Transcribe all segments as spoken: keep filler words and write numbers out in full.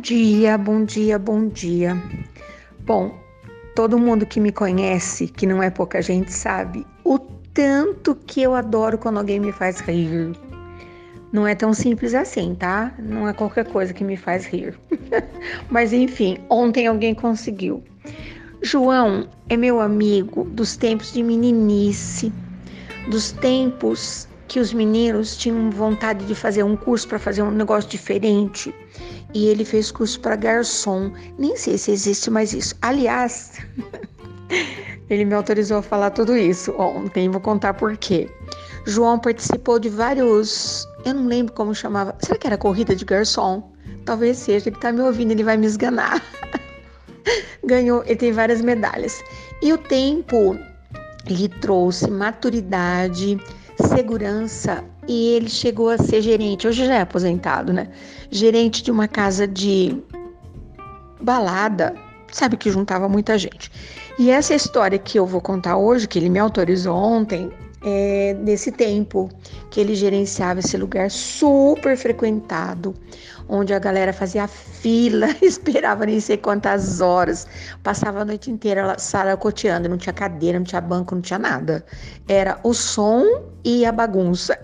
dia, bom dia, bom dia. Bom, todo mundo que me conhece, que não é pouca gente, sabe o tanto que eu adoro quando alguém me faz rir. Não é tão simples assim, tá? Não é qualquer coisa que me faz rir. Mas enfim, ontem alguém conseguiu. João é meu amigo dos tempos de meninice, dos tempos que os meninos tinham vontade de fazer um curso para fazer um negócio diferente. E ele fez curso para garçom. Nem sei se existe mais isso. Aliás, ele me autorizou a falar tudo isso ontem. Vou contar por quê. João participou de vários... Eu não lembro como chamava. Será que era corrida de garçom? Talvez seja. Ele tá me ouvindo, ele vai me esganar. Ganhou, ele tem várias medalhas. E o tempo lhe trouxe maturidade, segurança, e ele chegou a ser gerente, hoje já é aposentado, né? Gerente de uma casa de balada, sabe, que juntava muita gente. E essa história que eu vou contar hoje, que ele me autorizou ontem, é desse tempo que ele gerenciava esse lugar super frequentado, onde a galera fazia fila, esperava nem sei quantas horas, passava a noite inteira saracoteando, não tinha cadeira, não tinha banco, não tinha nada. Era o som e a bagunça.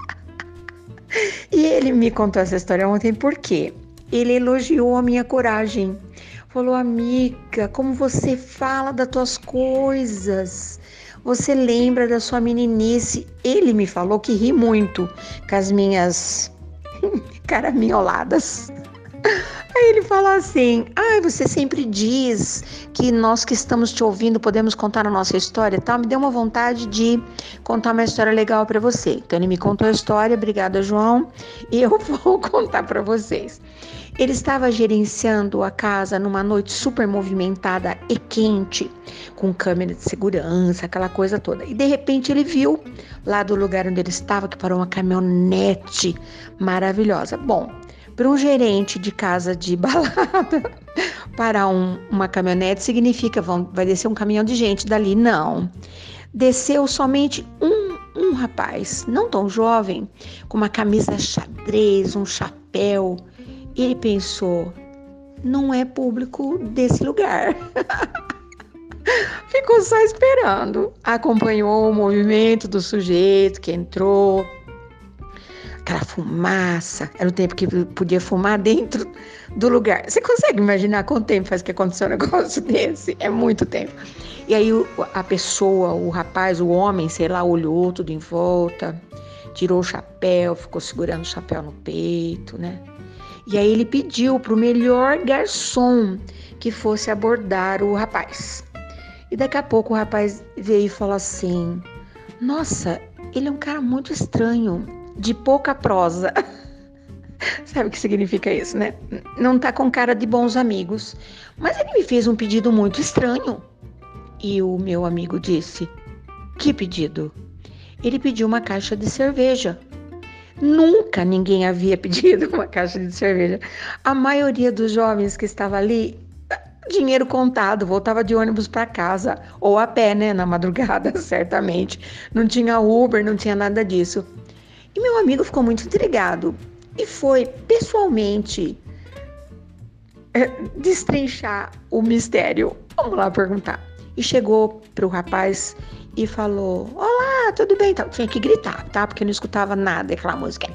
E ele me contou essa história ontem porque ele elogiou a minha coragem. Falou: amiga, como você fala das tuas coisas, você lembra da sua meninice. Ele me falou que ri muito com as minhas caraminholadas. Aí ele falou assim: ai, ah, você sempre diz que nós que estamos te ouvindo podemos contar a nossa história, tá? Me deu uma vontade de contar uma história legal para você. Então ele me contou a história, obrigada, João, e eu vou contar para vocês. Ele estava gerenciando a casa numa noite super movimentada e quente, com câmera de segurança, aquela coisa toda. E de repente ele viu lá do lugar onde ele estava que parou uma caminhonete maravilhosa. Bom, para um gerente de casa de balada, parar um, uma caminhonete significa vão, vai descer um caminhão de gente dali. Não. Desceu somente um, um rapaz, não tão jovem, com uma camisa xadrez, um chapéu. Ele pensou: não é público desse lugar. Ficou só esperando. Acompanhou o movimento do sujeito que entrou. Aquela fumaça. Era o tempo que podia fumar dentro do lugar. Você consegue imaginar quanto tempo faz que aconteceu um negócio desse? É muito tempo. E aí a pessoa, o rapaz, o homem, sei lá, olhou tudo em volta, tirou o chapéu, ficou segurando o chapéu no peito, né? E aí ele pediu para o melhor garçom que fosse abordar o rapaz. E daqui a pouco o rapaz veio e falou assim: nossa, ele é um cara muito estranho, de pouca prosa. Sabe o que significa isso, né? Não tá com cara de bons amigos. Mas ele me fez um pedido muito estranho. E o meu amigo disse: que pedido? Ele pediu uma caixa de cerveja. Nunca ninguém havia pedido uma caixa de cerveja. A maioria dos jovens que estava ali, dinheiro contado, voltava de ônibus para casa, ou a pé, né, na madrugada, certamente. Não tinha Uber, não tinha nada disso. E meu amigo ficou muito intrigado e foi pessoalmente é, destrinchar o mistério. Vamos lá perguntar. E chegou para o rapaz e falou: olá, tudo bem? Então, tinha que gritar, tá? Porque eu não escutava nada. Aquela música.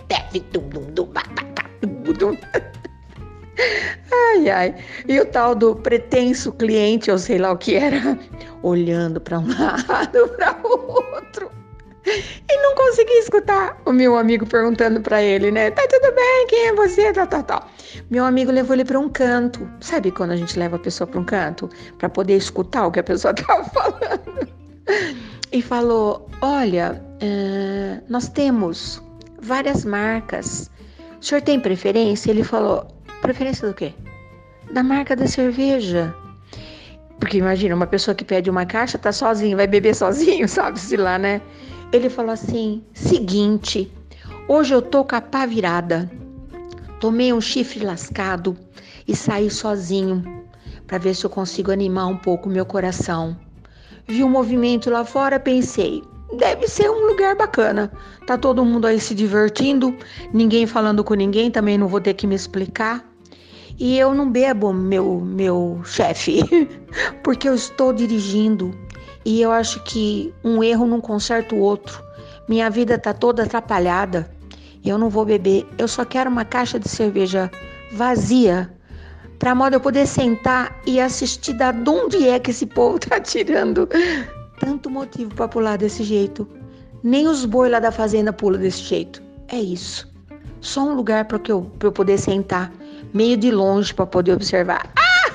Ai, ai. E o tal do pretenso cliente, ou sei lá o que era, olhando para um lado, para o outro. E não conseguia escutar o meu amigo perguntando para ele, né? Tá tudo bem? Quem é você? Tal, tal, tal. Meu amigo levou ele para um canto. Sabe quando a gente leva a pessoa para um canto? Para poder escutar o que a pessoa tava falando. E falou: olha, uh, nós temos várias marcas. O senhor tem preferência? Ele falou: preferência do quê? Da marca da cerveja. Porque imagina, uma pessoa que pede uma caixa, tá sozinho, vai beber sozinho, sabe-se lá, né? Ele falou assim: seguinte, hoje eu tô com a pá virada. Tomei um chifre lascado e saí sozinho para ver se eu consigo animar um pouco o meu coração. Vi um movimento lá fora, pensei: deve ser um lugar bacana. Tá todo mundo aí se divertindo, ninguém falando com ninguém, também não vou ter que me explicar. E eu não bebo, meu, meu chefe, porque eu estou dirigindo e eu acho que um erro não conserta o outro. Minha vida tá toda atrapalhada. Eu não vou beber, eu só quero uma caixa de cerveja vazia, para modo eu poder sentar e assistir da onde é que esse povo tá tirando tanto motivo para pular desse jeito. Nem os boi lá da fazenda pulam desse jeito. É isso. Só um lugar para eu, pra eu poder sentar, meio de longe para poder observar. Ah!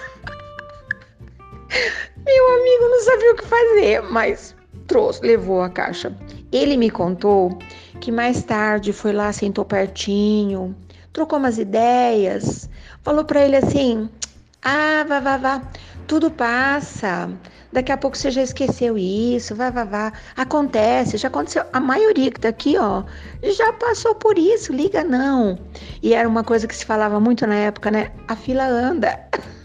Meu amigo não sabia o que fazer, mas trouxe, levou a caixa. Ele me contou que mais tarde foi lá, sentou pertinho, trocou umas ideias, falou para ele assim: ah, vá, vá, vá, tudo passa. Daqui a pouco você já esqueceu isso, vá, vá, vá. Acontece, já aconteceu. A maioria que tá aqui, ó, já passou por isso, liga não. E era uma coisa que se falava muito na época, né? A fila anda.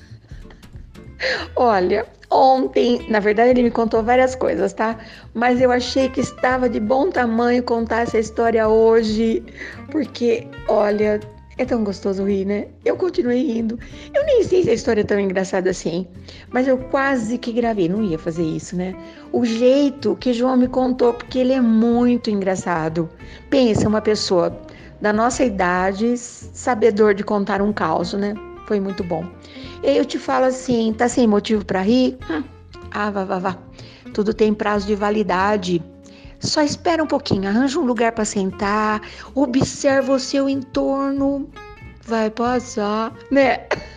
Olha, ontem, na verdade ele me contou várias coisas, tá? Mas eu achei que estava de bom tamanho contar essa história hoje, porque, olha, é tão gostoso rir, né? Eu continuei rindo. Eu nem sei se a história é tão engraçada assim, mas eu quase que gravei, não ia fazer isso, né? O jeito que João me contou, porque ele é muito engraçado. Pensa, uma pessoa da nossa idade, sabedor de contar um caos, né? Foi muito bom. Eu te falo assim, tá sem motivo para rir? Hum. Ah, vá, vá, vá. Tudo tem prazo de validade. Só espera um pouquinho, arranja um lugar para sentar, observa o seu entorno, vai passar, né?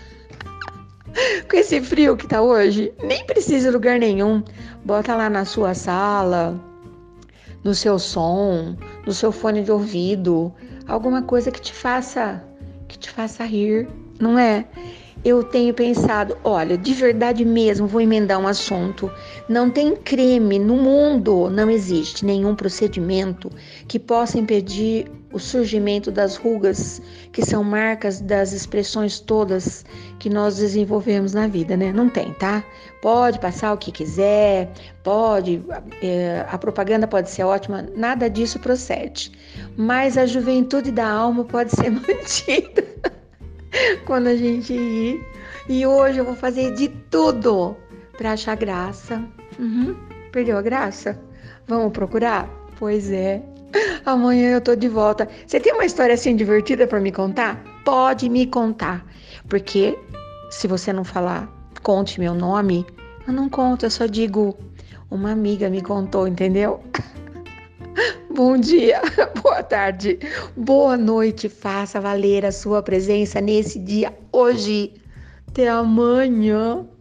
Com esse frio que tá hoje, nem precisa de lugar nenhum. Bota lá na sua sala, no seu som, no seu fone de ouvido, alguma coisa que te faça, que te faça rir, não é? Eu tenho pensado, olha, de verdade mesmo, vou emendar um assunto. Não tem crime no mundo, não existe nenhum procedimento que possa impedir o surgimento das rugas, que são marcas das expressões todas que nós desenvolvemos na vida, né? Não tem, tá? Pode passar o que quiser, pode, é, a propaganda pode ser ótima, nada disso procede. Mas a juventude da alma pode ser mantida quando a gente ri. E hoje eu vou fazer de tudo para achar graça. Uhum. Perdeu a graça? Vamos procurar? Pois é. Amanhã eu tô de volta. Você tem uma história assim divertida para me contar? Pode me contar. Porque se você não falar, conte meu nome, eu não conto, eu só digo uma amiga me contou, entendeu? Bom dia, boa tarde, boa noite, faça valer a sua presença nesse dia hoje. Até amanhã.